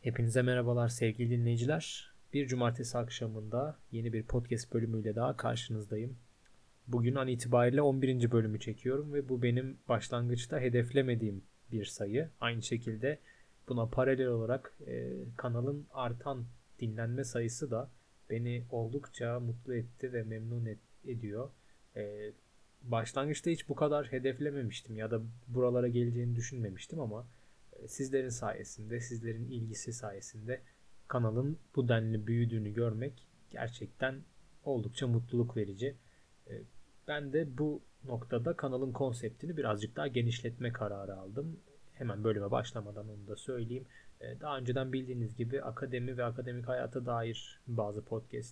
Hepinize merhabalar sevgili dinleyiciler. Bir cumartesi akşamında yeni bir podcast bölümüyle daha karşınızdayım. Bugün an itibariyle 11. bölümü çekiyorum ve bu benim başlangıçta hedeflemediğim bir sayı. Aynı şekilde buna paralel olarak kanalın artan dinlenme sayısı da beni oldukça mutlu etti ve ediyor. Başlangıçta hiç bu kadar hedeflememiştim ya da buralara geleceğini düşünmemiştim ama sizlerin sayesinde, sizlerin ilgisi sayesinde kanalın bu denli büyüdüğünü görmek gerçekten oldukça mutluluk verici. Ben de bu noktada kanalın konseptini birazcık daha genişletme kararı aldım. Hemen bölüme başlamadan onu da söyleyeyim. Daha önceden bildiğiniz gibi akademi ve akademik hayata dair bazı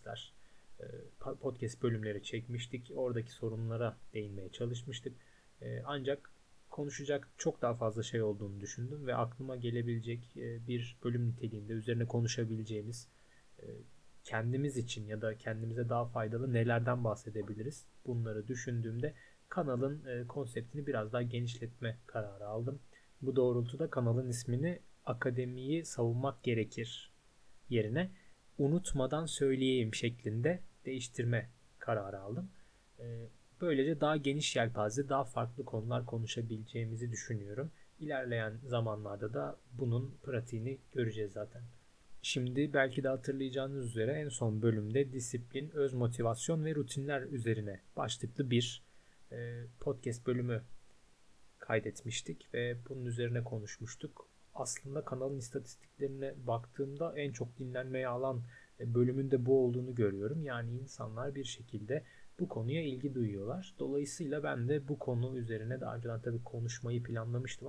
podcast bölümleri çekmiştik. Oradaki sorunlara değinmeye çalışmıştık. Ancak konuşacak çok daha fazla şey olduğunu düşündüm ve aklıma gelebilecek bir bölüm niteliğinde üzerine konuşabileceğimiz e, kendimiz için ya da kendimize daha faydalı nelerden bahsedebiliriz? Bunları düşündüğümde kanalın konseptini biraz daha genişletme kararı aldım. Bu doğrultuda kanalın ismini Akademiyi Savunmak Gerekir yerine unutmadan söyleyeyim şeklinde değiştirme kararı aldım. Böylece daha geniş yelpaze, daha farklı konular konuşabileceğimizi düşünüyorum. İlerleyen zamanlarda da bunun pratiğini göreceğiz zaten. Şimdi belki de hatırlayacağınız üzere en son bölümde disiplin, öz motivasyon ve rutinler üzerine başlıklı bir podcast bölümü kaydetmiştik ve bunun üzerine konuşmuştuk. Aslında kanalın istatistiklerine baktığımda en çok dinlenmeyi alan bölümün de bu olduğunu görüyorum. Yani insanlar bir şekilde bu konuya ilgi duyuyorlar. Dolayısıyla ben de bu konu üzerine daha önceden tabii konuşmayı planlamıştım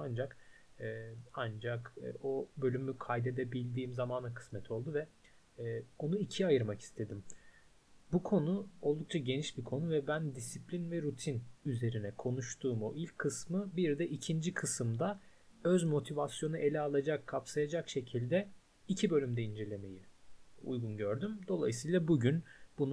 ancak o bölümü kaydedebildiğim zamana kısmet oldu ve onu ikiye ayırmak istedim. Bu konu oldukça geniş bir konu ve ben disiplin ve rutin üzerine konuştuğum o ilk kısmı bir de ikinci kısımda öz motivasyonu ele alacak, kapsayacak şekilde iki bölümde incelemeyi uygun gördüm. Dolayısıyla bugün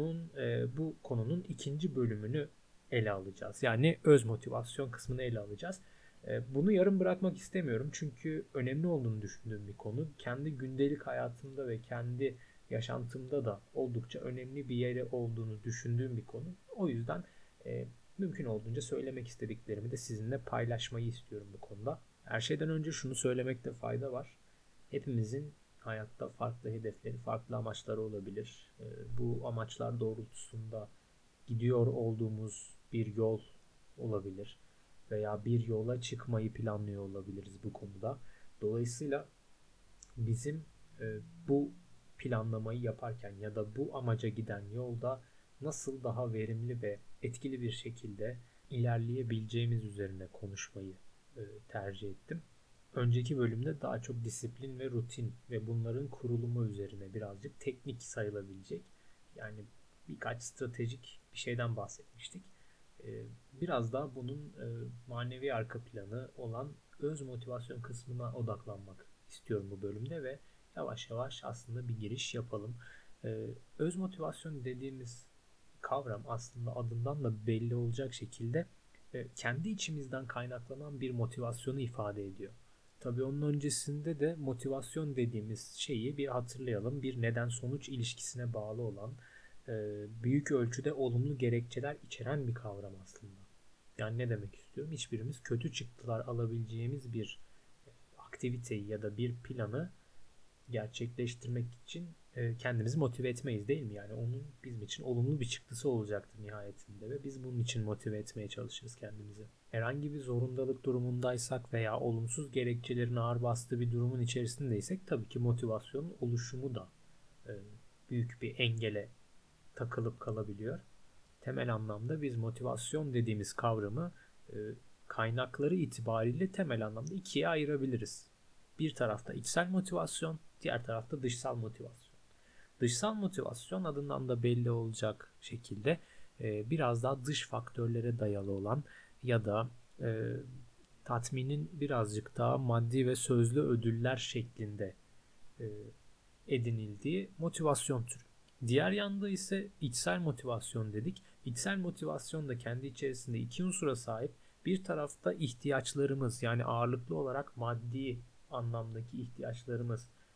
bu konunun ikinci bölümünü ele alacağız. Yani öz motivasyon kısmını ele alacağız. Bunu yarım bırakmak istemiyorum çünkü önemli olduğunu düşündüğüm bir konu. Kendi gündelik hayatımda ve kendi yaşantımda da oldukça önemli bir yeri olduğunu düşündüğüm bir konu. O yüzden mümkün olduğunca söylemek istediklerimi de sizinle paylaşmayı istiyorum bu konuda. Her şeyden önce şunu söylemekte fayda var. Hepimizin hayatta farklı hedefleri, farklı amaçları olabilir. Bu amaçlar doğrultusunda gidiyor olduğumuz bir yol olabilir veya bir yola çıkmayı planlıyor olabiliriz bu konuda. Dolayısıyla bizim bu planlamayı yaparken ya da bu amaca giden yolda nasıl daha verimli ve etkili bir şekilde ilerleyebileceğimiz üzerine konuşmayı tercih ettim. Önceki bölümde daha çok disiplin ve rutin ve bunların kurulumu üzerine birazcık teknik sayılabilecek yani birkaç stratejik bir şeyden bahsetmiştik. Biraz daha bunun manevi arka planı olan öz motivasyon kısmına odaklanmak istiyorum bu bölümde ve yavaş yavaş aslında bir giriş yapalım. Öz motivasyon dediğimiz kavram aslında adından da belli olacak şekilde kendi içimizden kaynaklanan bir motivasyonu ifade ediyor. Tabii onun öncesinde de motivasyon dediğimiz şeyi bir hatırlayalım. Bir neden sonuç ilişkisine bağlı olan büyük ölçüde olumlu gerekçeler içeren bir kavram aslında. Yani ne demek istiyorum? Hiçbirimiz kötü çıktılar alabileceğimiz bir aktiviteyi ya da bir planı gerçekleştirmek için kendimizi motive etmeyiz değil mi? Yani onun bizim için olumlu bir çıktısı olacaktır nihayetinde ve biz bunun için motive etmeye çalışırız kendimizi. Herhangi bir zorundalık durumundaysak veya olumsuz gerekçelerin ağır bastığı bir durumun içerisindeysek tabii ki motivasyonun oluşumu da e, büyük bir engele takılıp kalabiliyor. Temel anlamda biz motivasyon dediğimiz kavramı e, kaynakları itibariyle temel anlamda ikiye ayırabiliriz. Bir tarafta içsel motivasyon, diğer tarafta dışsal motivasyon. Dışsal motivasyon adından da belli olacak şekilde biraz daha dış faktörlere dayalı olan ya da e, tatminin birazcık daha maddi ve sözlü ödüller şeklinde e, edinildiği motivasyon türü. Diğer yanda ise içsel motivasyon dedik. İçsel motivasyon da kendi içerisinde iki unsura sahip. Bir tarafta ihtiyaçlarımız yani ağırlıklı olarak maddi anlamdaki ihtiyaçlarımız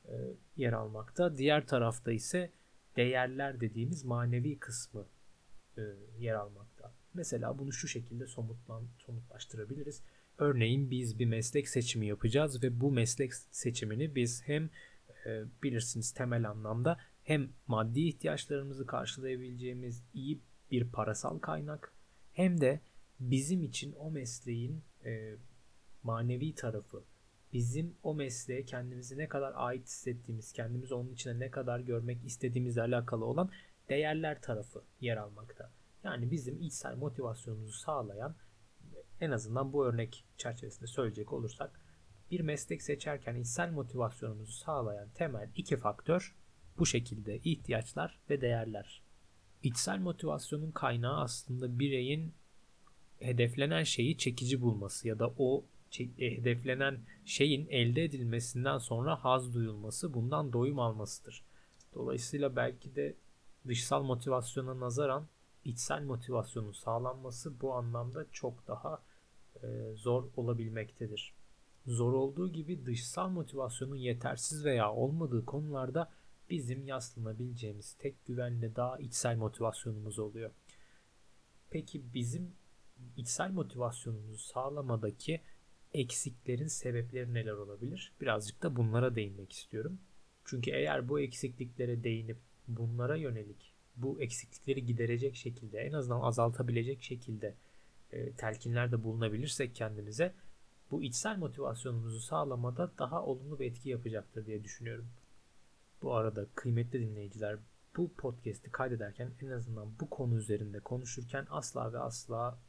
yer almakta. Diğer tarafta ise değerler dediğimiz manevi kısmı yer almakta. Mesela bunu şu şekilde somutlaştırabiliriz. Örneğin biz bir meslek seçimi yapacağız ve bu meslek seçimini biz hem bilirsiniz temel anlamda hem maddi ihtiyaçlarımızı karşılayabileceğimiz iyi bir parasal kaynak hem de bizim için o mesleğin manevi tarafı, bizim o mesleğe kendimizi ne kadar ait hissettiğimiz, kendimizi onun içine ne kadar görmek istediğimizle alakalı olan değerler tarafı yer almakta. Yani bizim içsel motivasyonumuzu sağlayan, en azından bu örnek çerçevesinde söyleyecek olursak, bir meslek seçerken içsel motivasyonumuzu sağlayan temel iki faktör bu şekilde: ihtiyaçlar ve değerler. İçsel motivasyonun kaynağı aslında bireyin hedeflenen şeyi çekici bulması ya da o hedeflenen şeyin elde edilmesinden sonra haz duyulması, bundan doyum almasıdır. Dolayısıyla belki de dışsal motivasyona nazaran içsel motivasyonun sağlanması bu anlamda çok daha zor olabilmektedir. Zor olduğu gibi dışsal motivasyonun yetersiz veya olmadığı konularda bizim yaslanabileceğimiz tek güvenli dağ içsel motivasyonumuz oluyor. Peki bizim içsel motivasyonumuzu sağlamadaki eksiklerin sebepleri neler olabilir? Birazcık da bunlara değinmek istiyorum. Çünkü eğer bu eksikliklere değinip bunlara yönelik, bu eksiklikleri giderecek şekilde, en azından azaltabilecek şekilde telkinlerde bulunabilirsek kendimize, bu içsel motivasyonumuzu sağlamada daha olumlu bir etki yapacaktır diye düşünüyorum. Bu arada kıymetli dinleyiciler, bu podcast'i kaydederken, en azından bu konu üzerinde konuşurken asla ve asla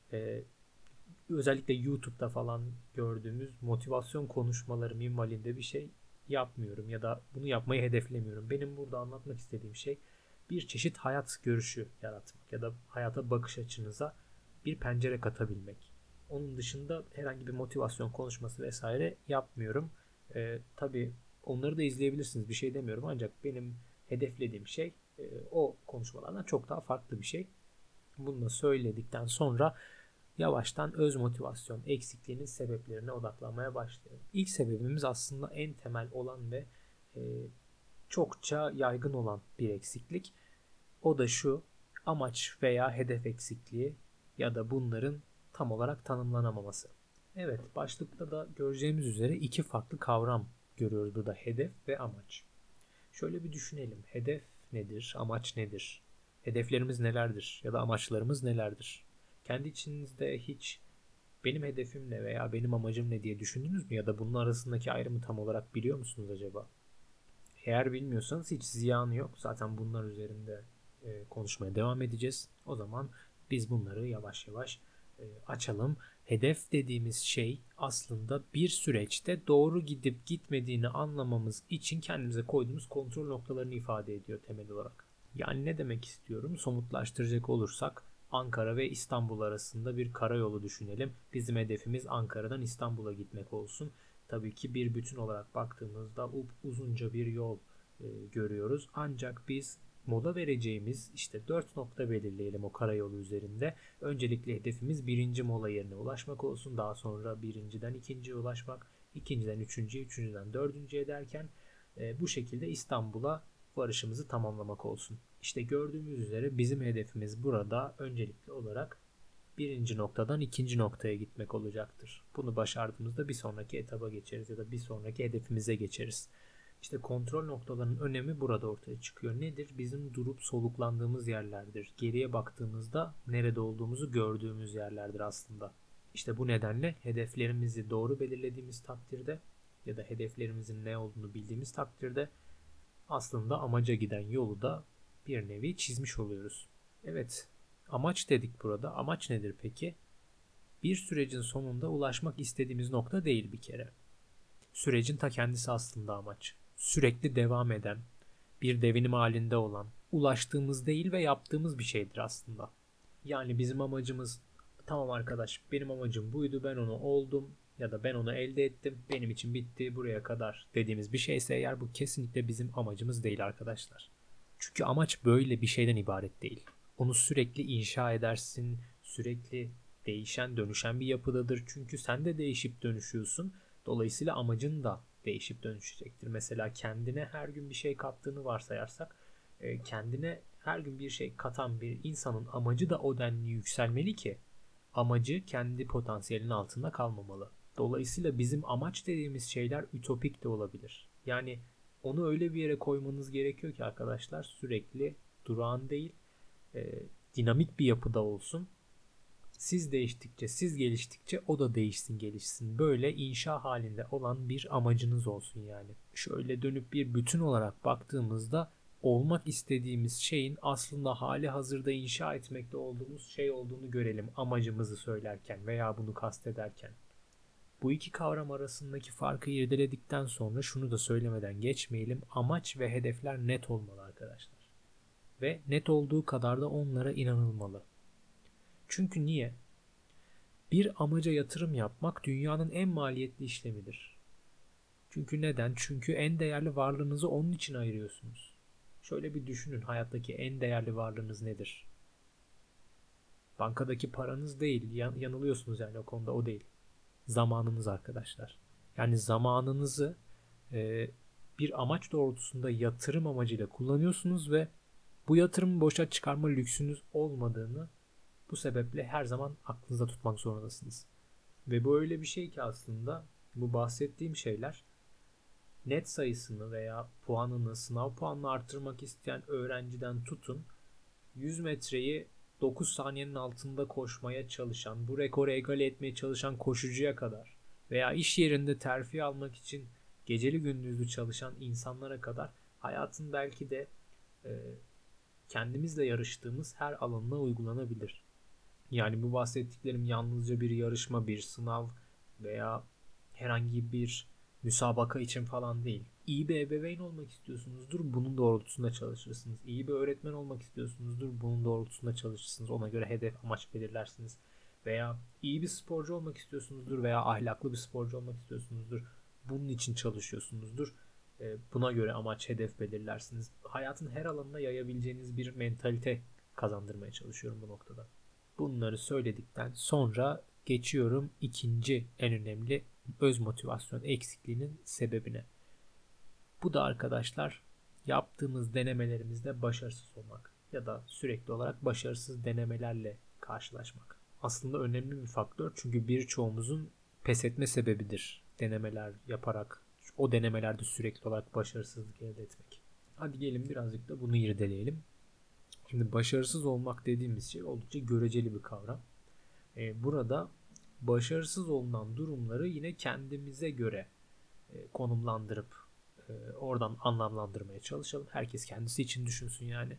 özellikle YouTube'da falan gördüğümüz motivasyon konuşmaları minvalinde bir şey yapmıyorum ya da bunu yapmayı hedeflemiyorum. Benim burada anlatmak istediğim şey bir çeşit hayat görüşü yaratmak ya da hayata bakış açınıza bir pencere katabilmek. Onun dışında herhangi bir motivasyon konuşması vesaire yapmıyorum. Tabii onları da izleyebilirsiniz, bir şey demiyorum, ancak benim hedeflediğim şey o konuşmalardan çok daha farklı bir şey. Bunu da söyledikten sonra yavaştan öz motivasyon eksikliğinin sebeplerine odaklanmaya başlayalım. İlk sebebimiz aslında en temel olan ve çokça yaygın olan bir eksiklik. O da şu: amaç veya hedef eksikliği ya da bunların tam olarak tanımlanamaması. Evet, başlıkta da göreceğimiz üzere iki farklı kavram görüyoruz burada: hedef ve amaç. Şöyle bir düşünelim. Hedef nedir? Amaç nedir? Hedeflerimiz nelerdir? Ya da amaçlarımız nelerdir? Kendi içinizde hiç benim hedefim ne veya benim amacım ne diye düşündünüz mü? Ya da bunun arasındaki ayrımı tam olarak biliyor musunuz acaba? Eğer bilmiyorsanız hiç ziyanı yok. Zaten bunlar üzerinde konuşmaya devam edeceğiz. O zaman biz bunları yavaş yavaş açalım. Hedef dediğimiz şey aslında bir süreçte doğru gidip gitmediğini anlamamız için kendimize koyduğumuz kontrol noktalarını ifade ediyor temel olarak. Yani ne demek istiyorum? Somutlaştıracak olursak, Ankara ve İstanbul arasında bir karayolu düşünelim. Bizim hedefimiz Ankara'dan İstanbul'a gitmek olsun. Tabii ki bir bütün olarak baktığımızda uzunca bir yol görüyoruz. Ancak biz mola vereceğimiz işte 4 nokta belirleyelim o karayolu üzerinde. Öncelikle hedefimiz birinci mola yerine ulaşmak olsun. Daha sonra birinciden ikinciye ulaşmak, ikinciden üçüncüye, üçüncüden dördüncüye derken bu şekilde İstanbul'a varışımızı tamamlamak olsun. İşte gördüğümüz üzere bizim hedefimiz burada öncelikli olarak birinci noktadan ikinci noktaya gitmek olacaktır. Bunu başardığımızda bir sonraki etaba geçeriz ya da bir sonraki hedefimize geçeriz. İşte kontrol noktalarının önemi burada ortaya çıkıyor. Nedir? Bizim durup soluklandığımız yerlerdir. Geriye baktığımızda nerede olduğumuzu gördüğümüz yerlerdir aslında. İşte bu nedenle hedeflerimizi doğru belirlediğimiz takdirde ya da hedeflerimizin ne olduğunu bildiğimiz takdirde aslında amaca giden yolu da bir nevi çizmiş oluyoruz. Evet, amaç dedik burada. Amaç nedir peki? Bir sürecin sonunda ulaşmak istediğimiz nokta değil bir kere. Sürecin ta kendisi aslında amaç. Sürekli devam eden, bir devinim halinde olan, ulaştığımız değil ve yaptığımız bir şeydir aslında. Yani bizim amacımız, tamam arkadaş benim amacım buydu, ben onu oldum ya da ben onu elde ettim, benim için bitti buraya kadar dediğimiz bir şeyse eğer, bu kesinlikle bizim amacımız değil arkadaşlar. Çünkü amaç böyle bir şeyden ibaret değil. Onu sürekli inşa edersin, sürekli değişen dönüşen bir yapıdadır. Çünkü sen de değişip dönüşüyorsun. Dolayısıyla amacın da değişip dönüşecektir. Mesela kendine her gün bir şey kattığını varsayarsak, kendine her gün bir şey katan bir insanın amacı da o denli yükselmeli ki amacı kendi potansiyelinin altında kalmamalı. Dolayısıyla bizim amaç dediğimiz şeyler ütopik de olabilir. Yani onu öyle bir yere koymanız gerekiyor ki arkadaşlar, sürekli durağan değil, dinamik bir yapıda olsun. Siz değiştikçe, siz geliştikçe o da değişsin, gelişsin. Böyle inşa halinde olan bir amacınız olsun yani. Şöyle dönüp bir bütün olarak baktığımızda olmak istediğimiz şeyin aslında hali hazırda inşa etmekte olduğumuz şey olduğunu görelim amacımızı söylerken veya bunu kastederken. Bu iki kavram arasındaki farkı irdeledikten sonra şunu da söylemeden geçmeyelim. Amaç ve hedefler net olmalı arkadaşlar. Ve net olduğu kadar da onlara inanılmalı. Çünkü niye? Bir amaca yatırım yapmak dünyanın en maliyetli işlemidir. Çünkü neden? Çünkü en değerli varlığınızı onun için ayırıyorsunuz. Şöyle bir düşünün, hayattaki en değerli varlığınız nedir? Bankadaki paranız değil, yanılıyorsunuz yani, o konuda o değil. Zamanınız arkadaşlar. Yani zamanınızı bir amaç doğrultusunda yatırım amacıyla kullanıyorsunuz ve bu yatırımı boşa çıkarma lüksünüz olmadığını bu sebeple her zaman aklınızda tutmak zorundasınız. Ve bu öyle bir şey ki aslında bu bahsettiğim şeyler net sayısını veya puanını, sınav puanını arttırmak isteyen öğrenciden tutun 100 metreyi 9 saniyenin altında koşmaya çalışan, bu rekoru egale etmeye çalışan koşucuya kadar veya iş yerinde terfi almak için geceli gündüzlü çalışan insanlara kadar hayatın belki de kendimizle yarıştığımız her alanına uygulanabilir. Yani bu bahsettiklerim yalnızca bir yarışma, bir sınav veya herhangi bir müsabaka için falan değil. İyi bir ebeveyn olmak istiyorsunuzdur, bunun doğrultusunda çalışırsınız. İyi bir öğretmen olmak istiyorsunuzdur, bunun doğrultusunda çalışırsınız. Ona göre hedef, amaç belirlersiniz. Veya iyi bir sporcu olmak istiyorsunuzdur veya ahlaklı bir sporcu olmak istiyorsunuzdur. Bunun için çalışıyorsunuzdur. Buna göre amaç, hedef belirlersiniz. Hayatın her alanına yayabileceğiniz bir mentalite kazandırmaya çalışıyorum bu noktada. Bunları söyledikten sonra geçiyorum ikinci en önemli öz motivasyon eksikliğinin sebebine. Bu da arkadaşlar yaptığımız denemelerimizde başarısız olmak ya da sürekli olarak başarısız denemelerle karşılaşmak. Aslında önemli bir faktör, çünkü birçoğumuzun pes etme sebebidir denemeler yaparak o denemelerde sürekli olarak başarısızlık elde etmek. Hadi gelin birazcık da bunu irdeleyelim. Şimdi başarısız olmak dediğimiz şey oldukça göreceli bir kavram. Burada başarısız olunan durumları yine kendimize göre konumlandırıp oradan anlamlandırmaya çalışalım. Herkes kendisi için düşünsün yani.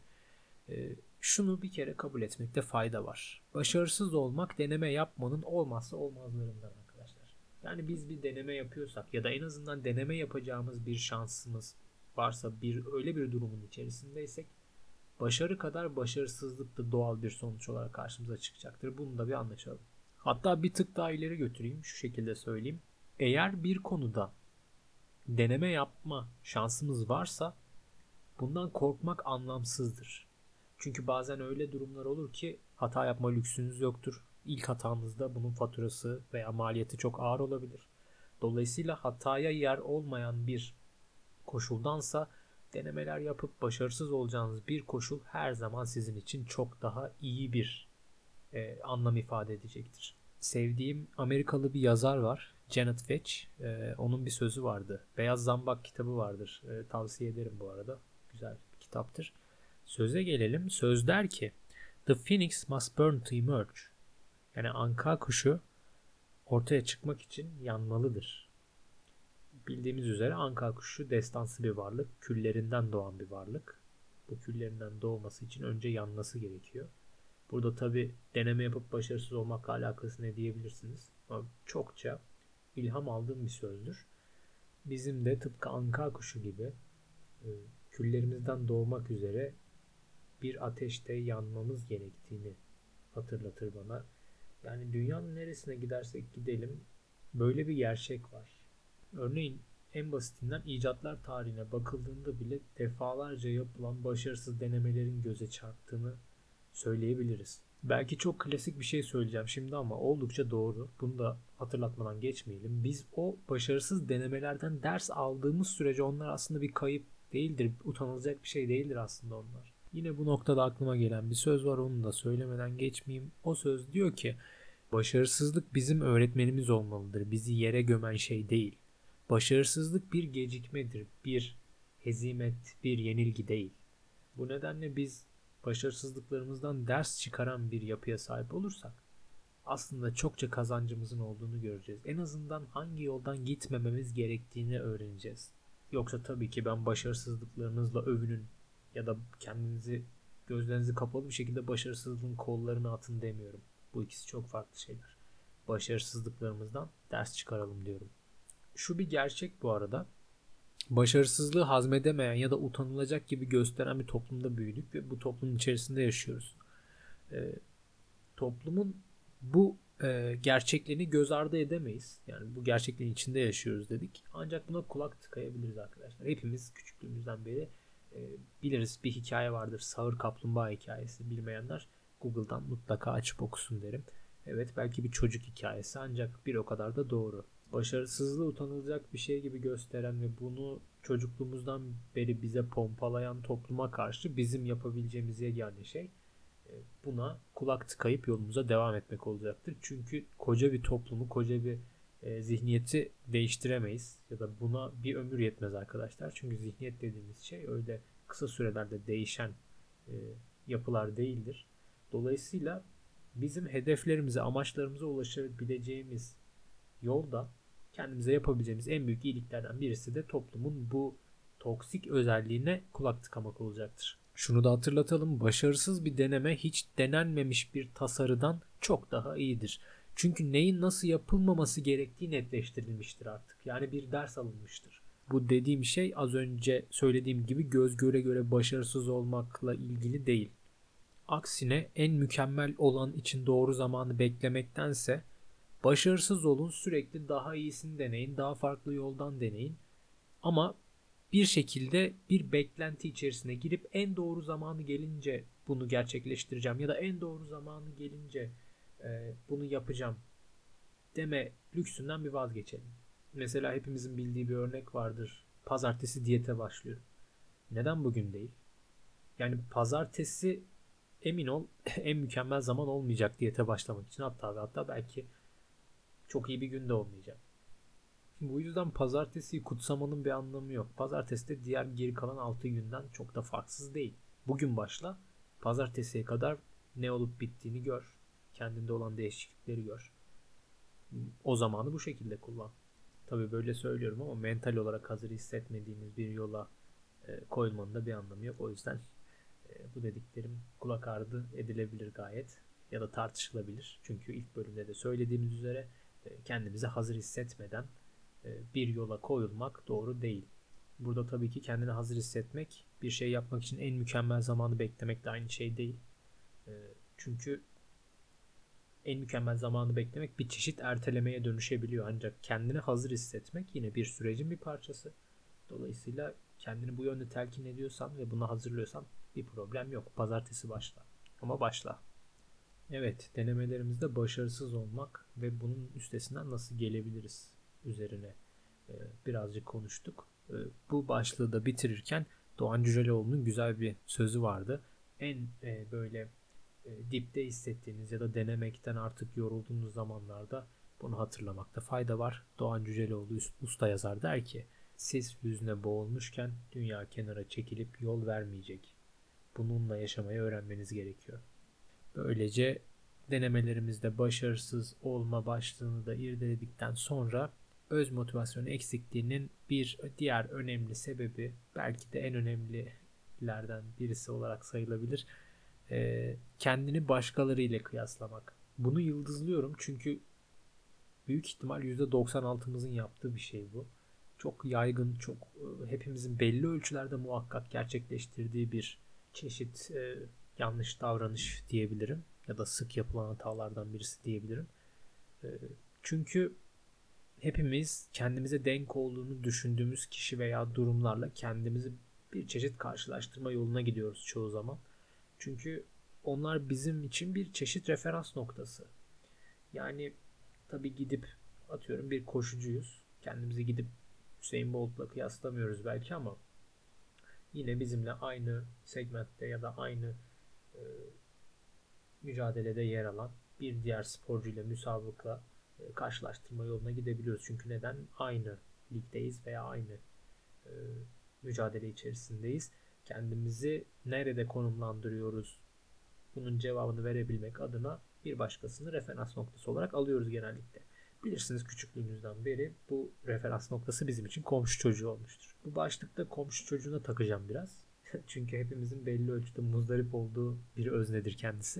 Şunu bir kere kabul etmekte fayda var. Başarısız olmak deneme yapmanın olmazsa olmazlarından arkadaşlar. Yani biz bir deneme yapıyorsak ya da en azından deneme yapacağımız bir şansımız varsa, öyle bir durumun içerisindeysek, başarı kadar başarısızlık da doğal bir sonuç olarak karşımıza çıkacaktır. Bunu da bir anlaşalım. Hatta bir tık daha ileri götüreyim, şu şekilde söyleyeyim. Eğer bir konuda deneme yapma şansımız varsa bundan korkmak anlamsızdır. Çünkü bazen öyle durumlar olur ki hata yapma lüksünüz yoktur. İlk hatanızda bunun faturası veya maliyeti çok ağır olabilir. Dolayısıyla hataya yer olmayan bir koşuldansa denemeler yapıp başarısız olacağınız bir koşul her zaman sizin için çok daha iyi bir anlam ifade edecektir. Sevdiğim Amerikalı bir yazar var, Janet Fetch. Onun bir sözü vardı. Beyaz Zambak kitabı vardır. Tavsiye ederim bu arada. Güzel bir kitaptır. Söze gelelim. Söz der ki The phoenix must burn to emerge. Yani anka kuşu ortaya çıkmak için yanmalıdır. Bildiğimiz üzere anka kuşu destansı bir varlık. Küllerinden doğan bir varlık. Bu küllerinden doğması için önce yanması gerekiyor. Burada tabi deneme yapıp başarısız olmakla alakası ne diyebilirsiniz. Ama çokça ilham aldığım bir sözdür. Bizim de tıpkı anka kuşu gibi küllerimizden doğmak üzere bir ateşte yanmamız gerektiğini hatırlatır bana. Yani dünyanın neresine gidersek gidelim böyle bir gerçek var. Örneğin en basitinden icatlar tarihine bakıldığında bile defalarca yapılan başarısız denemelerin göze çarptığını söyleyebiliriz. Belki çok klasik bir şey söyleyeceğim şimdi ama oldukça doğru. Bunu da hatırlatmadan geçmeyelim. Biz o başarısız denemelerden ders aldığımız sürece onlar aslında bir kayıp değildir. Utanılacak bir şey değildir aslında onlar. Yine bu noktada aklıma gelen bir söz var, onu da söylemeden geçmeyeyim. O söz diyor ki başarısızlık bizim öğretmenimiz olmalıdır. Bizi yere gömen şey değil. Başarısızlık bir gecikmedir, bir hezimet, bir yenilgi değil. Bu nedenle biz başarısızlıklarımızdan ders çıkaran bir yapıya sahip olursak aslında çokça kazancımızın olduğunu göreceğiz. En azından hangi yoldan gitmememiz gerektiğini öğreneceğiz. Yoksa tabii ki ben başarısızlıklarınızla övünün ya da kendinizi gözlerinizi kapalı bir şekilde başarısızlığın kollarına atın demiyorum. Bu ikisi çok farklı şeyler. Başarısızlıklarımızdan ders çıkaralım diyorum. Şu bir gerçek bu arada. Başarısızlığı hazmedemeyen ya da utanılacak gibi gösteren bir toplumda büyüdük ve bu toplumun içerisinde yaşıyoruz. Toplumun bu gerçekliğini göz ardı edemeyiz. Yani bu gerçekliğin içinde yaşıyoruz dedik. Ancak buna kulak tıkayabiliriz arkadaşlar. Hepimiz küçüklüğümüzden beri biliriz, bir hikaye vardır. Sağır Kaplumbağa hikayesi. Bilmeyenler Google'dan mutlaka açıp okusun derim. Evet, belki bir çocuk hikayesi ancak bir o kadar da doğru. Başarısızlığı utanılacak bir şey gibi gösteren ve bunu çocukluğumuzdan beri bize pompalayan topluma karşı bizim yapabileceğimiz yegane şey buna kulak tıkayıp yolumuza devam etmek olacaktır. Çünkü koca bir toplumu, koca bir zihniyeti değiştiremeyiz ya da buna bir ömür yetmez arkadaşlar. Çünkü zihniyet dediğimiz şey öyle kısa sürelerde değişen e, yapılar değildir. Dolayısıyla bizim hedeflerimize, amaçlarımıza ulaşabileceğimiz yolda kendimize yapabileceğimiz en büyük iyiliklerden birisi de toplumun bu toksik özelliğine kulak tıkamak olacaktır. Şunu da hatırlatalım, başarısız bir deneme hiç denenmemiş bir tasarıdan çok daha iyidir. Çünkü neyin nasıl yapılmaması gerektiği netleştirilmiştir artık. Yani bir ders alınmıştır. Bu dediğim şey az önce söylediğim gibi göz göre göre başarısız olmakla ilgili değil. Aksine en mükemmel olan için doğru zamanı beklemektense başarısız olun, sürekli daha iyisini deneyin, daha farklı yoldan deneyin. Ama bir şekilde bir beklenti içerisine girip en doğru zamanı gelince bunu gerçekleştireceğim ya da en doğru zamanı gelince bunu yapacağım deme lüksünden bir vazgeçelim. Mesela hepimizin bildiği bir örnek vardır. Pazartesi diyete başlıyor. Neden bugün değil? Yani pazartesi, emin ol, en mükemmel zaman olmayacak diyete başlamak için, hatta belki çok iyi bir gün de olmayacak. Bu yüzden pazartesiyi kutsamanın bir anlamı yok. Pazartesi de diğer geri kalan 6 günden çok da farksız değil. Bugün başla, pazartesiye kadar ne olup bittiğini gör. Kendinde olan değişiklikleri gör. O zamanı bu şekilde kullan. Tabii böyle söylüyorum ama mental olarak hazır hissetmediğiniz bir yola koyulmanın da bir anlamı yok. O yüzden bu dediklerim kulak ardı edilebilir gayet ya da tartışılabilir. Çünkü ilk bölümde de söylediğimiz üzere kendimizi hazır hissetmeden bir yola koyulmak doğru değil. Burada tabii ki kendini hazır hissetmek, bir şey yapmak için en mükemmel zamanı beklemek de aynı şey değil. Çünkü en mükemmel zamanı beklemek bir çeşit ertelemeye dönüşebiliyor. Ancak kendini hazır hissetmek yine bir sürecin bir parçası. Dolayısıyla kendini bu yönde telkin ediyorsan ve buna hazırlıyorsan bir problem yok. Pazartesi başla. Ama başla. Evet, denemelerimizde başarısız olmak ve bunun üstesinden nasıl gelebiliriz üzerine birazcık konuştuk. Bu başlığı da bitirirken Doğan Cüceloğlu'nun güzel bir sözü vardı. En böyle dipte hissettiğiniz ya da denemekten artık yorulduğunuz zamanlarda bunu hatırlamakta fayda var. Doğan Cüceloğlu usta yazar der ki, siz hüzne boğulmuşken dünya kenara çekilip yol vermeyecek. Bununla yaşamayı öğrenmeniz gerekiyor. Böylece denemelerimizde başarısız olma başlığını da irdeledikten sonra öz motivasyon eksikliğinin bir diğer önemli sebebi, belki de en önemlilerden birisi olarak sayılabilir, kendini başkaları ile kıyaslamak. Bunu yıldızlıyorum çünkü büyük ihtimal %96'mızın yaptığı bir şey bu. Çok yaygın, çok hepimizin belli ölçülerde muhakkak gerçekleştirdiği bir çeşit yanlış davranış diyebilirim. Ya da sık yapılan hatalardan birisi diyebilirim. Çünkü hepimiz kendimize denk olduğunu düşündüğümüz kişi veya durumlarla kendimizi bir çeşit karşılaştırma yoluna gidiyoruz çoğu zaman. Çünkü onlar bizim için bir çeşit referans noktası. Yani tabii gidip atıyorum bir koşucuyuz. Kendimizi gidip Usain Bolt'la kıyaslamıyoruz belki ama yine bizimle aynı segmentte ya da aynı e, mücadelede yer alan bir diğer sporcuyla müsabaka karşılaştırma yoluna gidebiliyoruz. Çünkü neden? Aynı ligdeyiz veya aynı e, mücadele içerisindeyiz. Kendimizi nerede konumlandırıyoruz? Bunun cevabını verebilmek adına bir başkasını referans noktası olarak alıyoruz genellikle. Bilirsiniz küçüklüğümüzden beri bu referans noktası bizim için komşu çocuğu olmuştur. Bu başlıkta komşu çocuğuna takacağım biraz. Çünkü hepimizin belli ölçüde muzdarip olduğu bir öznedir kendisi.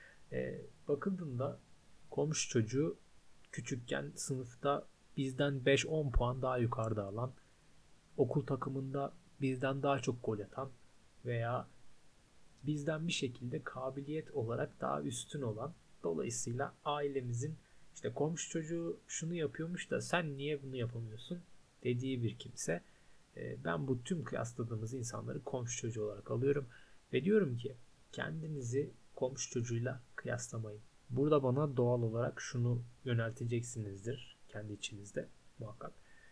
Bakıldığında komşu çocuğu küçükken sınıfta bizden 5-10 puan daha yukarıda alan, okul takımında bizden daha çok gol atan veya bizden bir şekilde kabiliyet olarak daha üstün olan, dolayısıyla ailemizin işte komşu çocuğu şunu yapıyormuş da sen niye bunu yapamıyorsun dediği bir kimse. Ben bu tüm kıyasladığımız insanları komşu çocuğu olarak alıyorum ve diyorum ki kendinizi komşu çocuğuyla kıyaslamayın. Burada bana doğal olarak şunu yönelteceksinizdir kendi içinizde muhakkak.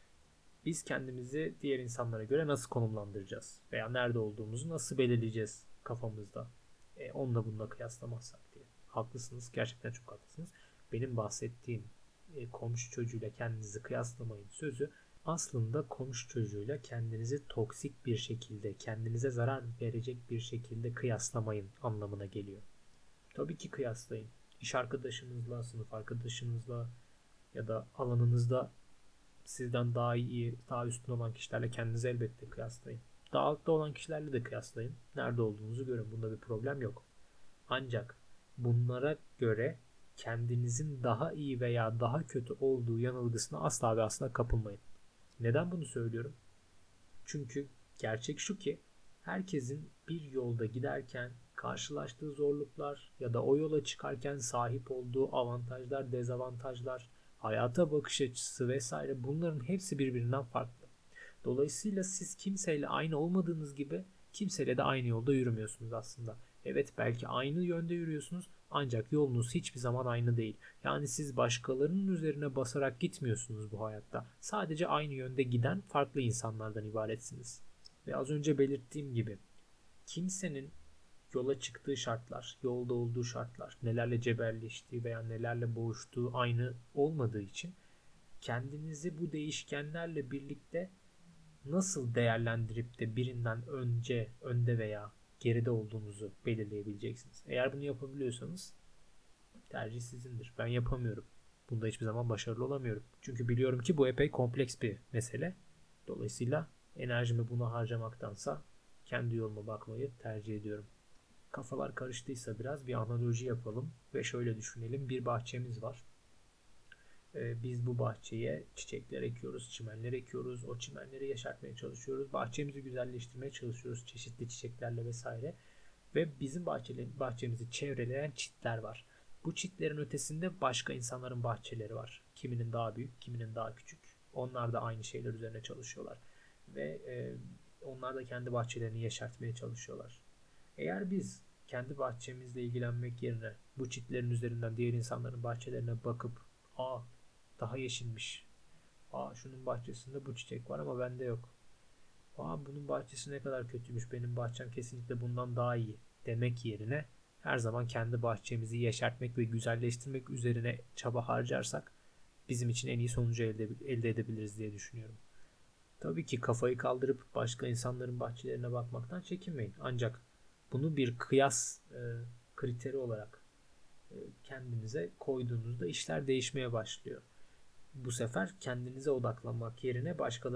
Biz kendimizi diğer insanlara göre nasıl konumlandıracağız veya nerede olduğumuzu nasıl belirleyeceğiz kafamızda. Onunla bununla kıyaslamazsak diye. Haklısınız, gerçekten çok haklısınız. Benim bahsettiğim komşu çocuğuyla kendinizi kıyaslamayın sözü aslında komşu çocuğuyla kendinizi toksik bir şekilde, kendinize zarar verecek bir şekilde kıyaslamayın anlamına geliyor. Tabii ki kıyaslayın. İş arkadaşınızla, sınıf arkadaşınızla ya da alanınızda sizden daha iyi, daha üstün olan kişilerle kendinizi elbette kıyaslayın. Daha altta olan kişilerle de kıyaslayın. Nerede olduğunuzu görün. Bunda bir problem yok. Ancak bunlara göre kendinizin daha iyi veya daha kötü olduğu yanılgısına asla ve asla kapılmayın. Neden bunu söylüyorum? Çünkü gerçek şu ki herkesin bir yolda giderken karşılaştığı zorluklar ya da o yola çıkarken sahip olduğu avantajlar, dezavantajlar, hayata bakış açısı vesaire bunların hepsi birbirinden farklı. Dolayısıyla siz kimseyle aynı olmadığınız gibi kimseyle de aynı yolda yürümüyorsunuz aslında. Evet belki aynı yönde yürüyorsunuz ancak yolunuz hiçbir zaman aynı değil. Yani siz başkalarının üzerine basarak gitmiyorsunuz bu hayatta. Sadece aynı yönde giden farklı insanlardan ibaretsiniz. Ve az önce belirttiğim gibi kimsenin yola çıktığı şartlar, yolda olduğu şartlar, nelerle cebelleştiği veya nelerle boğuştuğu aynı olmadığı için kendinizi bu değişkenlerle birlikte nasıl değerlendirip de birinden önde veya geride olduğunuzu belirleyebileceksiniz. Eğer bunu yapabiliyorsanız tercih sizindir. Ben yapamıyorum. Bunda hiçbir zaman başarılı olamıyorum. Çünkü biliyorum ki bu epey kompleks bir mesele. Dolayısıyla enerjimi buna harcamaktansa kendi yoluma bakmayı tercih ediyorum. Kafalar karıştıysa biraz bir analoji yapalım ve şöyle düşünelim. Bir bahçemiz var. Biz bu bahçeye çiçekler ekiyoruz, çimenler ekiyoruz. O çimenleri yeşertmeye çalışıyoruz. Bahçemizi güzelleştirmeye çalışıyoruz çeşitli çiçeklerle vesaire. Ve bizim bahçemizi çevreleyen çitler var. Bu çitlerin ötesinde başka insanların bahçeleri var. Kiminin daha büyük, kiminin daha küçük. Onlar da aynı şeyler üzerine çalışıyorlar. Ve onlar da kendi bahçelerini yeşertmeye çalışıyorlar. Eğer biz kendi bahçemizle ilgilenmek yerine bu çitlerin üzerinden diğer insanların bahçelerine bakıp daha yeşilmiş. Şunun bahçesinde bu çiçek var ama bende yok. Bunun bahçesi ne kadar kötüymüş. Benim bahçem kesinlikle bundan daha iyi demek yerine her zaman kendi bahçemizi yeşertmek ve güzelleştirmek üzerine çaba harcarsak bizim için en iyi sonucu elde edebiliriz diye düşünüyorum. Tabii ki kafayı kaldırıp başka insanların bahçelerine bakmaktan çekinmeyin. Ancak bunu bir kıyas kriteri olarak kendinize koyduğunuzda işler değişmeye başlıyor. Bu sefer kendinize odaklanmak yerine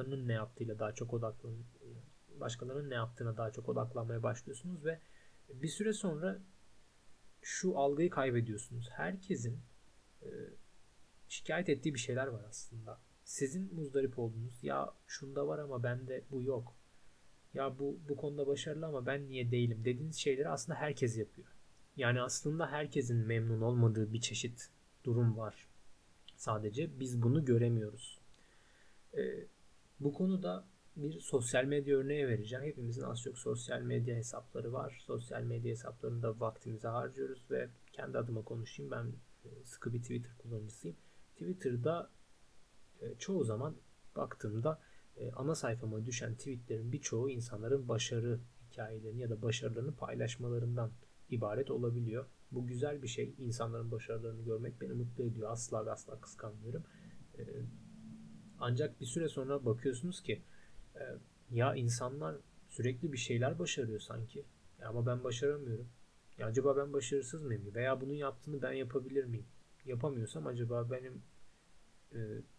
başkalarının ne yaptığına daha çok odaklanmaya başlıyorsunuz ve bir süre sonra şu algıyı kaybediyorsunuz. Herkesin e, şikayet ettiği bir şeyler var aslında. Sizin muzdarip olduğunuz ya şunda var ama bende bu yok. Ya bu konuda başarılı ama ben niye değilim dediğiniz şeyleri aslında herkes yapıyor. Yani aslında herkesin memnun olmadığı bir çeşit durum var. Sadece biz bunu göremiyoruz. Bu konuda bir sosyal medya örneği vereceğim. Hepimizin az çok sosyal medya hesapları var. Sosyal medya hesaplarında vaktimizi harcıyoruz ve kendi adıma konuşayım. Ben sıkı bir Twitter kullanıcısıyım. Twitter'da çoğu zaman baktığımda ana sayfama düşen tweetlerin birçoğu insanların başarı hikayelerini ya da başarılarını paylaşmalarından ibaret olabiliyor. Bu güzel bir şey. İnsanların başarılarını görmek beni mutlu ediyor. Asla ve asla kıskanmıyorum. E, Ancak bir süre sonra bakıyorsunuz ki e, ya insanlar sürekli bir şeyler başarıyor sanki. Ya ama ben başaramıyorum. Ya acaba ben başarısız mıyım? Veya bunun yaptığını ben yapabilir miyim? Yapamıyorsam acaba benim e,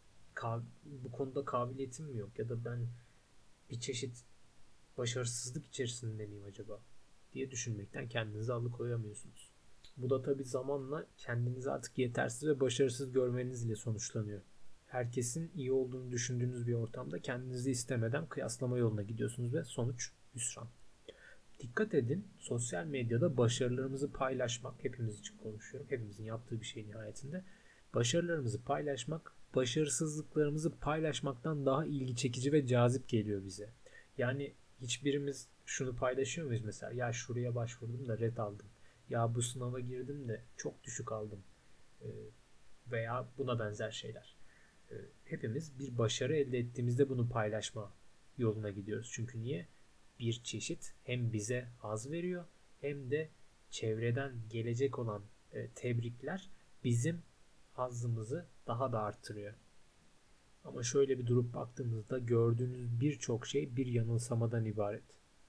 bu konuda kabiliyetim mi yok? Ya da ben bir çeşit başarısızlık içerisinde miyim acaba? Diye düşünmekten kendinizi alıkoyamıyorsunuz. Bu da tabii zamanla kendinizi artık yetersiz ve başarısız görmenizle sonuçlanıyor. Herkesin iyi olduğunu düşündüğünüz bir ortamda kendinizi istemeden kıyaslama yoluna gidiyorsunuz ve sonuç hüsran. Dikkat edin, sosyal medyada başarılarımızı paylaşmak, hepimiz için konuşuyorum, hepimizin yaptığı bir şey nihayetinde. Başarılarımızı paylaşmak, başarısızlıklarımızı paylaşmaktan daha ilgi çekici ve cazip geliyor bize. Yani hiçbirimiz şunu paylaşıyor muyuz mesela? Ya şuraya başvurdum da red aldım. Ya bu sınava girdim de çok düşük aldım. Ee, Veya buna benzer şeyler. Hepimiz bir başarı elde ettiğimizde bunu paylaşma yoluna gidiyoruz. Çünkü niye? Bir çeşit hem bize haz veriyor hem de çevreden gelecek olan tebrikler bizim hazzımızı daha da arttırıyor. Ama şöyle bir durup baktığımızda gördüğünüz birçok şey bir yanılsamadan ibaret.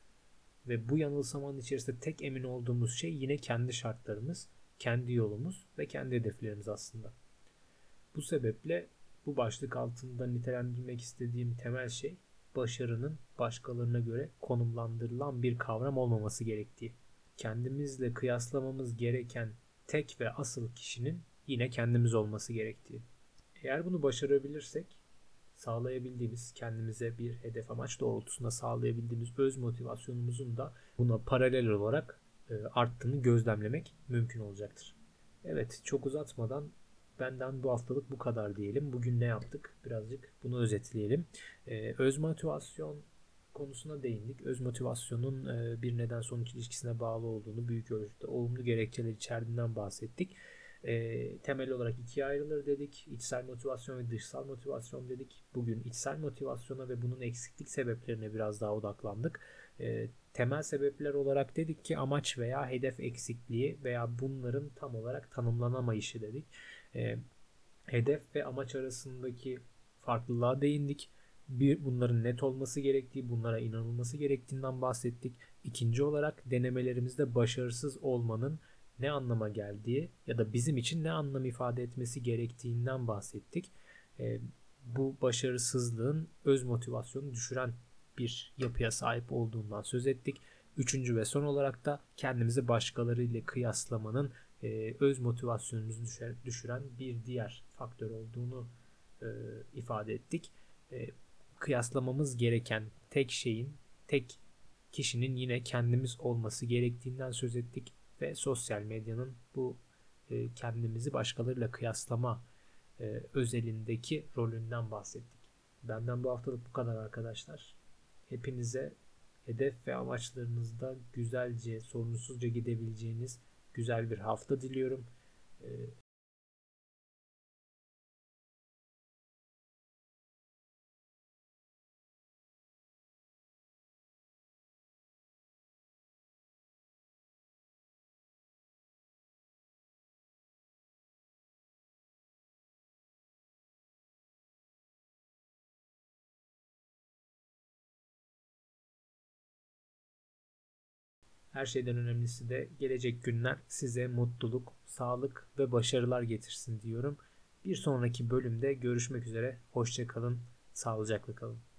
Ve bu yanılsamanın içerisinde tek emin olduğumuz şey yine kendi şartlarımız, kendi yolumuz ve kendi hedeflerimiz aslında. Bu sebeple bu başlık altında nitelendirmek istediğim temel şey başarının başkalarına göre konumlandırılan bir kavram olmaması gerektiği. Kendimizle kıyaslamamız gereken tek ve asıl kişinin yine kendimiz olması gerektiği. Eğer bunu başarabilirsek sağlayabildiğimiz, kendimize bir hedef amaç doğrultusunda sağlayabildiğimiz öz motivasyonumuzun da buna paralel olarak arttığını gözlemlemek mümkün olacaktır. Evet, çok uzatmadan benden bu haftalık bu kadar diyelim. Bugün ne yaptık? Birazcık bunu özetleyelim. Öz motivasyon konusuna değindik. Öz motivasyonun bir neden sonuç ilişkisine bağlı olduğunu, büyük ölçüde olumlu gerekçeler içerdiğinden bahsettik. Temel olarak ikiye ayrılır dedik. İçsel motivasyon ve dışsal motivasyon dedik. Bugün içsel motivasyona ve bunun eksiklik sebeplerine biraz daha odaklandık. Temel sebepler olarak dedik ki amaç veya hedef eksikliği veya bunların tam olarak tanımlanamayışı dedik. Hedef ve amaç arasındaki farklılığa değindik. Bunların net olması gerektiği, bunlara inanılması gerektiğinden bahsettik. İkinci olarak denemelerimizde başarısız olmanın ne anlama geldiği ya da bizim için ne anlam ifade etmesi gerektiğinden bahsettik. Bu başarısızlığın öz motivasyonu düşüren bir yapıya sahip olduğundan söz ettik. Üçüncü ve son olarak da kendimizi başkalarıyla kıyaslamanın öz motivasyonumuzu düşüren bir diğer faktör olduğunu ifade ettik. Kıyaslamamız gereken tek şeyin, tek kişinin yine kendimiz olması gerektiğinden söz ettik ve sosyal medyanın bu kendimizi başkalarıyla kıyaslama özelindeki rolünden bahsettik. Benden bu haftalık bu kadar arkadaşlar. Hepinize hedef ve amaçlarınızda güzelce, sorunsuzca gidebileceğiniz güzel bir hafta diliyorum. Her şeyden önemlisi de gelecek günler size mutluluk, sağlık ve başarılar getirsin diyorum. Bir sonraki bölümde görüşmek üzere. Hoşça kalın, sağlıcakla kalın.